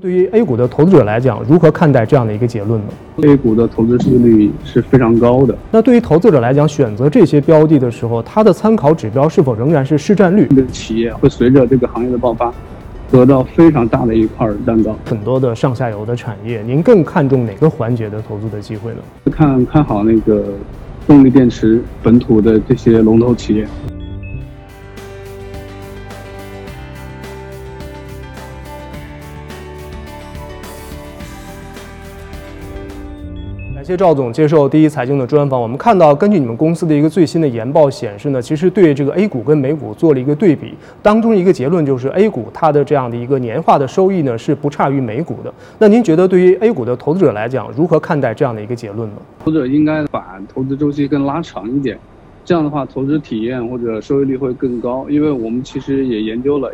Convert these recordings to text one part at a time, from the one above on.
对于 A 股的投资者来讲，如何看待这样的一个结论呢？ A 股的投资收益率是非常高的。 那对于投资者来讲，选择这些标的的时候，它的参考指标是否仍然是市占率？ 这个企业会随着这个行业的爆发，得到非常大的一块蛋糕。 很多的上下游的产业，您更看重哪个环节的投资的机会呢？ 看好那个动力电池本土的这些龙头企业。 感谢赵总接受第一财经的专访。我们看到，根据你们公司的一个最新的研报显示呢，其实对这个 A 股跟美股做了一个对比，当中一个结论就是 A 股它的这样的一个年化的收益呢是不差于美股的。那您觉得对于 A 股的投资者来讲，如何看待这样的一个结论呢？ 投资者应该把投资周期更拉长一点，这样的话投资体验或者收益率会更高。因为我们其实也研究了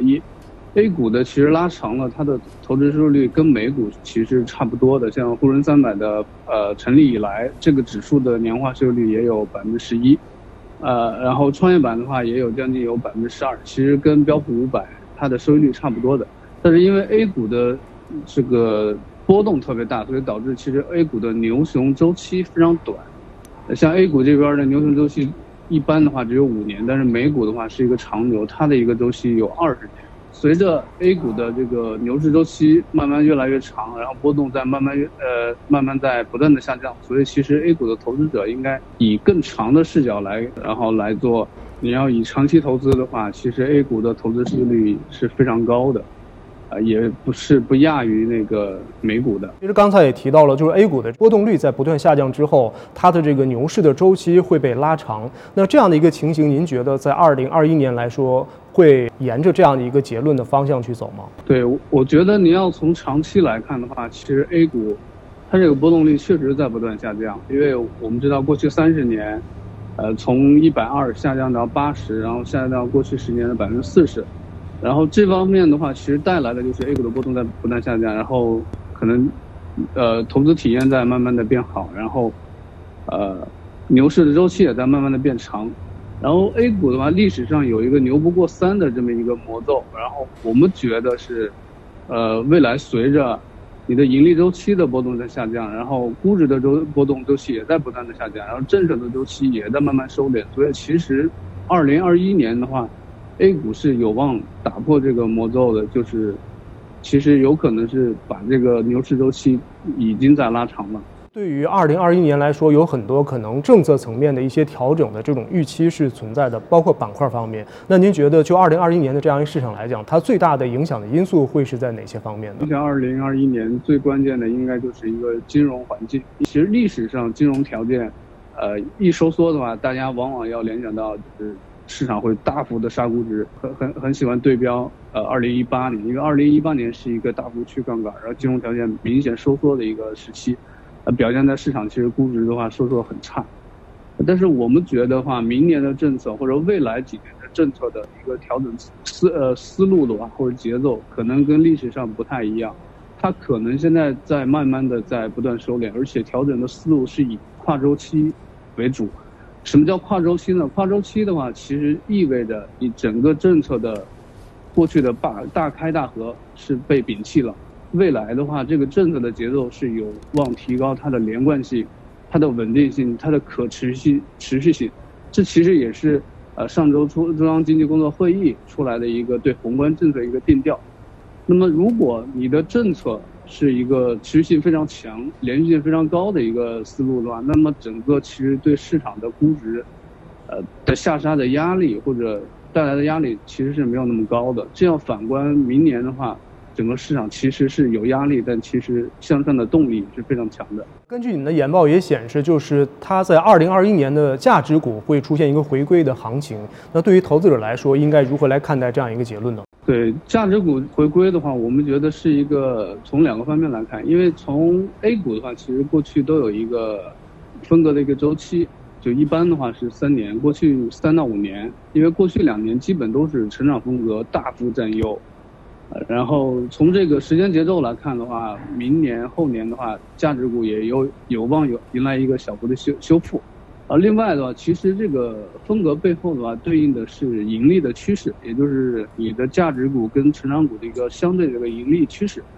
A 股的其实拉长了，它的投资收益率跟美股其实差不多的。像沪深300的成立以来，这个指数的年化收益率也有11%，然后创业板的话也有将近有12%，其实跟标普500它的收益率差不多的。但是因为 A 股的这个波动特别大，所以导致其实 A 股的牛熊周期非常短。像 A 股这边的牛熊周期一般的话只有5年，但是美股的话是一个长牛，它的一个周期有20年。随着 A 股的这个牛市周期慢慢越来越长，然后波动在慢慢在不断的下降，所以其实 A 股的投资者应该以更长的视角来做。你要以长期投资的话，其实 A 股的投资收益率是非常高的。也不亚于那个美股的。 其实刚才也提到了，就是 A 股的波动率在不断下降之后，它的这个牛市的周期会被拉长。那这样的一个情形，您觉得在2021年来说，会沿着这样的一个结论的方向去走吗？ 对，我觉得你要从长期来看的话，其实 A 股它这个波动率确实在不断下降，因为我们知道过去30年，从120下降到80，然后下降到过去10年的40%。然后这方面的话，其实带来的就是 A 股的波动在不断下降，然后可能投资体验在慢慢的变好，然后牛市的周期也在慢慢的变长。然后 A 股的话，历史上有一个牛不过3的这么一个魔咒，然后我们觉得是未来随着你的盈利周期的波动在下降，然后估值的波动周期也在不断的下降，然后政策的周期也在慢慢收敛，所以其实2021年的话，A 股是有望打破这个魔咒的，就是其实有可能是把这个牛市周期已经在拉长了。 对于2021年来说，有很多可能政策层面的一些调整的这种预期是存在的，包括板块方面。那您觉得就2021年的这样一个市场来讲，它最大的影响的因素会是在哪些方面呢？ 像2021年最关键的应该就是一个金融环境。其实历史上金融条件，一收缩的话，大家往往要联想到就是市场会大幅的杀估值，很喜欢对标2018年，因为2018年是一个大幅去杠杆，然后金融条件明显收缩的一个时期，表现在市场其实估值的话收缩很差。但是我们觉得话，明年的政策或者未来几年的政策的一个调整思路的话，或者节奏可能跟历史上不太一样，它可能现在在慢慢的在不断收敛，而且调整的思路是以跨周期为主。什么叫跨周期呢？跨周期的话，其实意味着你整个政策的过去的大开大合是被摒弃了。未来的话，这个政策的节奏是有望提高它的连贯性、它的稳定性、它的可持续性。这其实也是上周中央经济工作会议出来的一个对宏观政策一个定调。那么，如果你的政策是一个持续性非常强、连续性非常高的一个思路的话，那么整个其实对市场的估值，的下杀的压力或者带来的压力其实是没有那么高的。这样反观明年的话，整个市场其实是有压力，但其实向上的动力是非常强的。 根据你的研报也显示，就是它在2021年的价值股会出现一个回归的行情。那对于投资者来说，应该如何来看待这样一个结论呢？ 对价值股回归的话，我们觉得是一个从2个方面来看，因为从 A 股的话，其实过去都有一个风格的一个周期，就一般的话是3年，过去3到5年，因为过去2年基本都是成长风格大幅占优。然后从这个时间节奏来看的话，明年后年的话，价值股也有望迎来一个小幅的修复。另外的话，其实这个风格背后的话，对应的是盈利的趋势，也就是你的价值股跟成长股的一个相对的一个盈利趋势。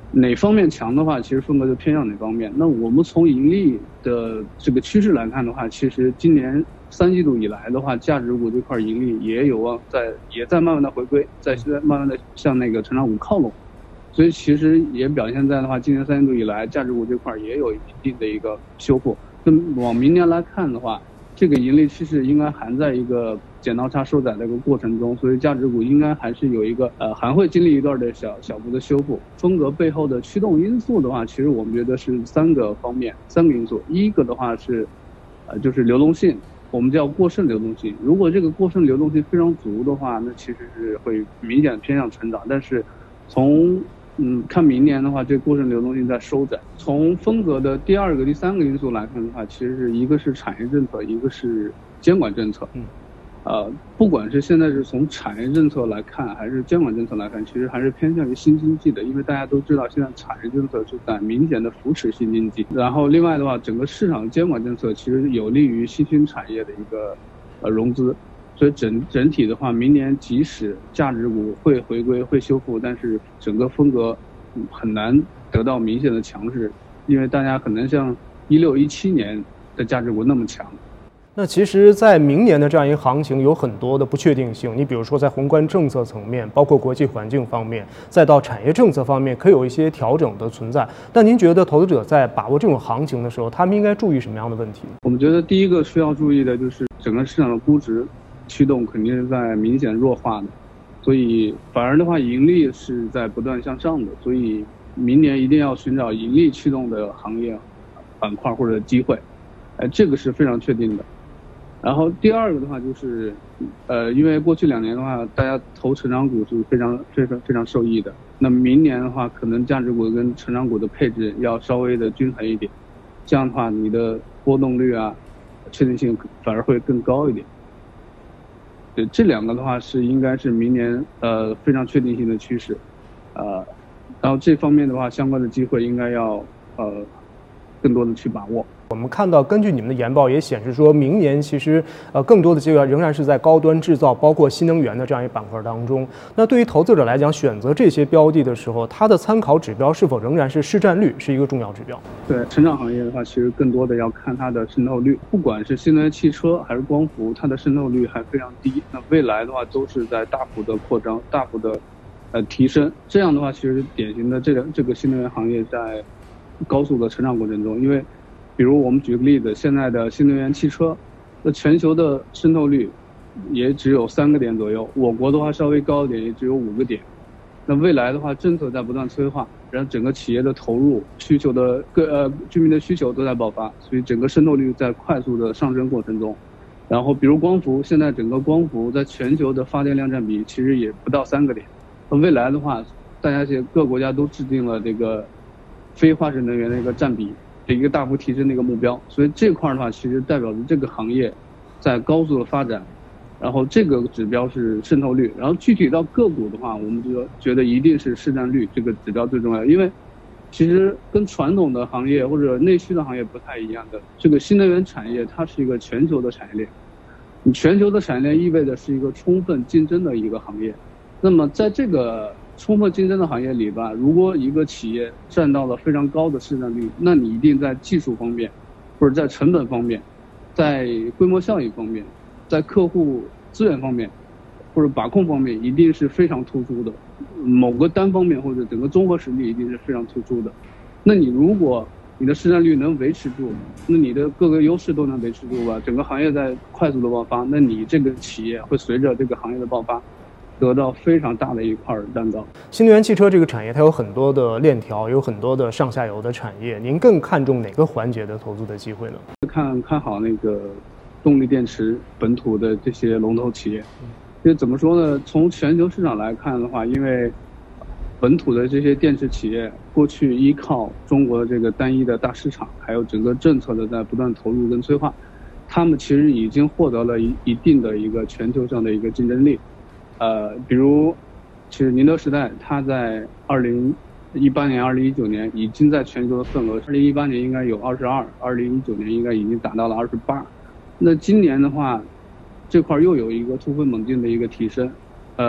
哪方面强的话，其实分格就偏向哪方面。那我们从盈利的这个趋势来看的话，其实今年3季度以来的话，价值股这块盈利也有望也在慢慢的回归，在慢慢的向那个成长股靠拢。所以其实也表现在的话，今年3季度以来，价值股这块也有一定的一个修复。那往明年来看的话，这个盈利趋势应该还在一个剪刀差收窄的一个过程中，所以价值股应该还是有一个还会经历一段的小幅的修复。风格背后的驱动因素的话，其实我们觉得是3个因素。一个的话是就是流动性，我们叫过剩流动性。如果这个过剩流动性非常足的话，那其实是会明显偏向成长。但是从看明年的话，这过剩流动性在收窄。从风格的第2个、第3个因素来看的话，其实是一个是产业政策，一个是监管政策。不管是现在是从产业政策来看，还是监管政策来看，其实还是偏向于新经济的，因为大家都知道现在产业政策是在明显的扶持新经济。然后另外的话，整个市场监管政策其实有利于新兴产业的一个融资。所以整体的话，明年即使价值股会回归、会修复，但是整个风格很难得到明显的强势，因为大家很难像16、17年的价值股那么强。 那其实，在明年的这样一个行情有很多的不确定性。你比如说，在宏观政策层面，包括国际环境方面，再到产业政策方面，可以有一些调整的存在。但您觉得投资者在把握这种行情的时候，他们应该注意什么样的问题？ 我们觉得第一个需要注意的就是整个市场的估值驱动肯定是在明显弱化的，所以反而的话，盈利是在不断向上的。所以明年一定要寻找盈利驱动的行业板块或者机会，这个是非常确定的。然后第2个的话就是，因为过去2年的话，大家投成长股是非常受益的。那么明年的话，可能价值股跟成长股的配置要稍微的均衡一点，这样的话，你的波动率啊、确定性反而会更高一点。对，这2个的话应该是明年非常确定性的趋势，然后这方面的话，相关的机会应该要更多的去把握。 我们看到，根据你们的研报也显示说，明年其实更多的机会仍然是在高端制造，包括新能源的这样一板块当中。那对于投资者来讲，选择这些标的的时候，它的参考指标是否仍然是市占率是一个重要指标？ 对，成长行业的话，其实更多的要看它的渗透率，不管是新能源汽车还是光伏，它的渗透率还非常低。那未来的话，都是在大幅的扩张、大幅的提升。这样的话，其实典型的这个新能源行业在高速的成长过程中，因为比如我们举个例子，现在的新能源汽车，那全球的渗透率也只有3个点左右，我国的话稍微高一点，也只有5个点。那未来的话，政策在不断催化，然后整个企业的投入、需求的居民的需求都在爆发，所以整个渗透率在快速的上升过程中。然后比如光伏，现在整个光伏在全球的发电量占比其实也不到3个点。那未来的话，大家各国家都制定了这个非化石能源的一个占比的一个大幅提升的一个目标，所以这块的话，其实代表着这个行业在高速的发展，然后这个指标是渗透率，然后具体到个股的话，我们就觉得一定是市占率这个指标最重要，因为其实跟传统的行业或者内需的行业不太一样的，这个新能源产业它是一个全球的产业链，你全球的产业链意味着是一个充分竞争的一个行业，那么在这个充分竞争的行业里吧，如果一个企业占到了非常高的市占率，那你一定在技术方面，或者在成本方面，在规模效应方面，在客户资源方面，或者把控方面，一定是非常突出的。某个单方面或者整个综合实力一定是非常突出的。那你如果你的市占率能维持住，那你的各个优势都能维持住吧，整个行业在快速的爆发，那你这个企业会随着这个行业的爆发得到非常大的一块蛋糕。 新能源汽车这个产业，它有很多的链条，有很多的上下游的产业。您更看重哪个环节的投资的机会呢？ 看好那个动力电池本土的这些龙头企业。就怎么说呢？从全球市场来看的话，因为本土的这些电池企业过去依靠中国的这个单一的大市场，还有整个政策的在不断投入跟催化，他们其实已经获得了一定的一个全球上的一个竞争力。比如，其实宁德时代，它在2018年、2019年已经在全球的份额，2018年应该有22%，2019年应该已经达到了28%。那今年的话，这块又有一个突飞猛进的一个提升。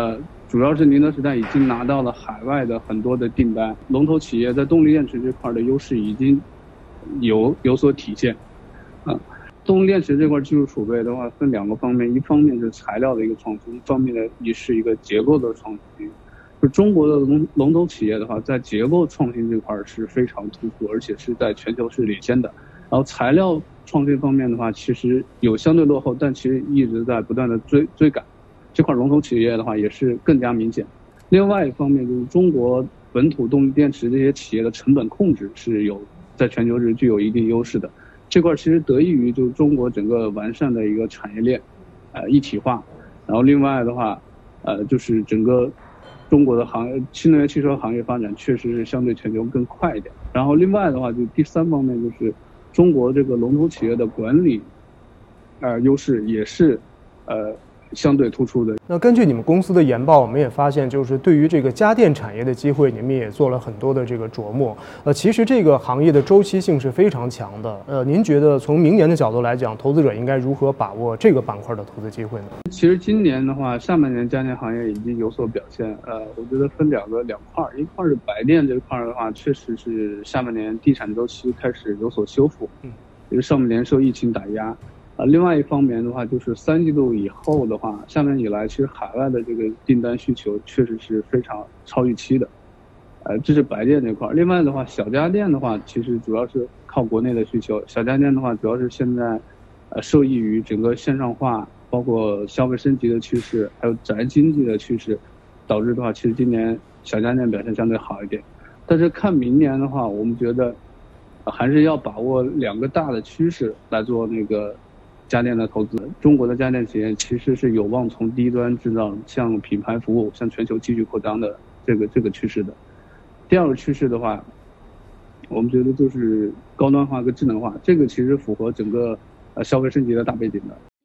主要是宁德时代已经拿到了海外的很多的订单，龙头企业在动力电池这块的优势已经有所体现。动力电池这块技术储备的话，分2个方面，一方面是材料的一个创新，一方面呢也是一个结构的创新。就中国的龙头企业的话，在结构创新这块是非常突出，而且是在全球是领先的。然后材料创新方面的话，其实有相对落后，但其实一直在不断的追赶。这块龙头企业的话也是更加明显。另外一方面就是中国本土动力电池这些企业的成本控制是在全球是具有一定优势的。这块其实得益于就是中国整个完善的一个产业链，一体化。然后另外的话，就是整个中国的新能源汽车行业发展确实是相对全球更快一点。然后另外的话，就第3方面就是中国这个龙头企业的管理，优势也是相对突出的。 那根据你们公司的研报，我们也发现，就是对于这个家电产业的机会，你们也做了很多的这个琢磨。其实这个行业的周期性是非常强的。您觉得从明年的角度来讲，投资者应该如何把握这个板块的投资机会呢？ 其实今年的话，上半年家电行业已经有所表现。我觉得分两块，一块是白电这块的话，确实是下半年地产周期开始有所修复，因为上半年受疫情打压。另外一方面的话，就是3季度以后的话，下半年以来，其实海外的这个订单需求确实是非常超预期的。这是白电这块。另外的话，小家电的话，其实主要是靠国内的需求。小家电的话，主要是现在受益于整个线上化，包括消费升级的趋势，还有宅经济的趋势，导致的话，其实今年小家电表现相对好一点。但是看明年的话，我们觉得还是要把握2个大的趋势来做那个家电的投资。中国的家电企业其实是有望从低端制造向品牌服务向全球继续扩张的这个趋势的。第2个趋势的话，我们觉得就是高端化跟智能化，这个其实符合整个消费升级的大背景的。